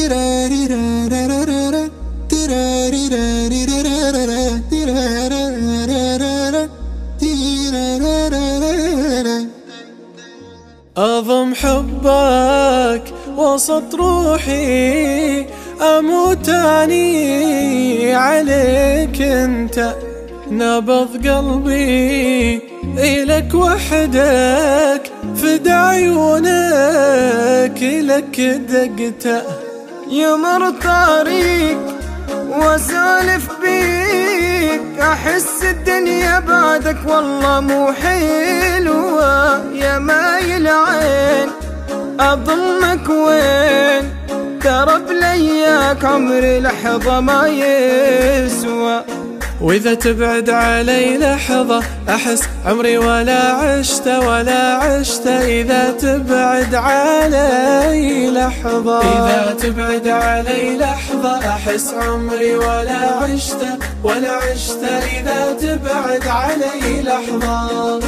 أضم حبك وسط روحي، أموت أني عليك أنت، نبض قلبي إلك وحدك، فدى عيونك لك دقته. يمر طريق واسولف بيك، احس الدنيا بعدك والله مو حلوة، يا مايل عين اضمك وين، ترى بلياك عمري لحظة ما يسوى. وإذا تبعد علي لحظة أحس عمري ولا عشت ولا عشت، إذا تبعد علي لحظة، إذا تبعد علي لحظة أحس عمري ولا عشت ولا عشت، إذا تبعد علي لحظة.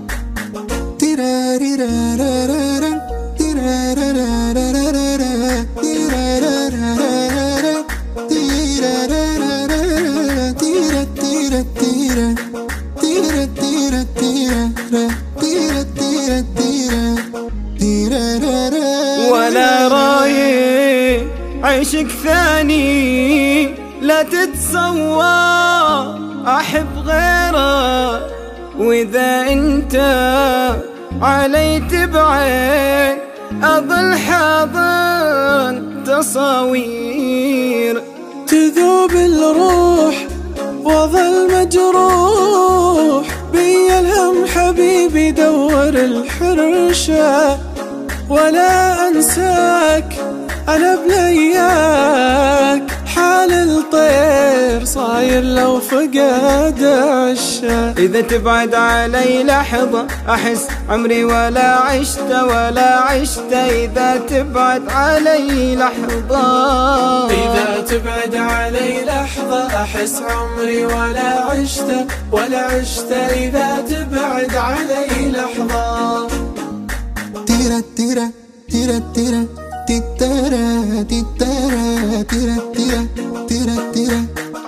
ولا رايح عيشك ثاني، لا تتصور احب غيره، واذا انت علي تبعد اظل حاضن تصاوير. تذوب الروح وظل مجروح، بي الهم حبيبي دور الحرشة، ولا أنساك أنا بلياك، حال الطير صاير لو فقد عشا. إذا تبعد علي لحظة أحس عمري ولا عشت ولا عشت، إذا تبعد علي لحظة، إذا تبعد علي لحظة أحس عمري ولا عشت ولا عشت، إذا تبعد علي لحظة. تيرا تيرا تيرا تيرا تيرا تيرا تيرا تيرا تيرا تيرا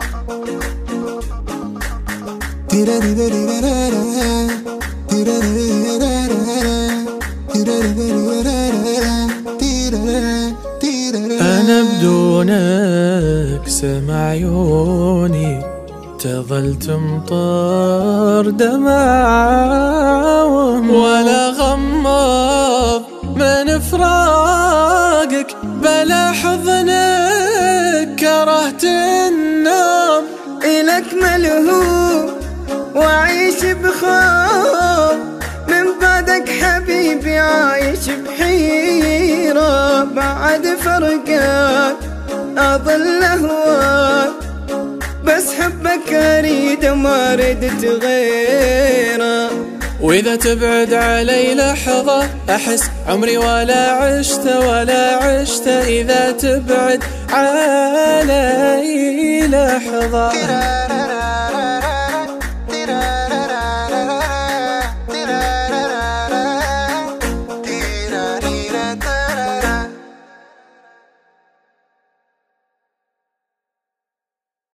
أنا بدونك سمع عيوني تظل تمطر دمعهم، ولا غمض من فراقك بلا حضنك كرهت النوم. إلك ملهوف وعيش بخوف، من بعدك حبيبي عايش بحيرة، بعد فرقك أظل أهواك، بس حبك أريد ما ردت غيره. وإذا تبعد علي لحظة أحس عمري ولا عشت ولا عشت، إذا تبعد علي لحظة.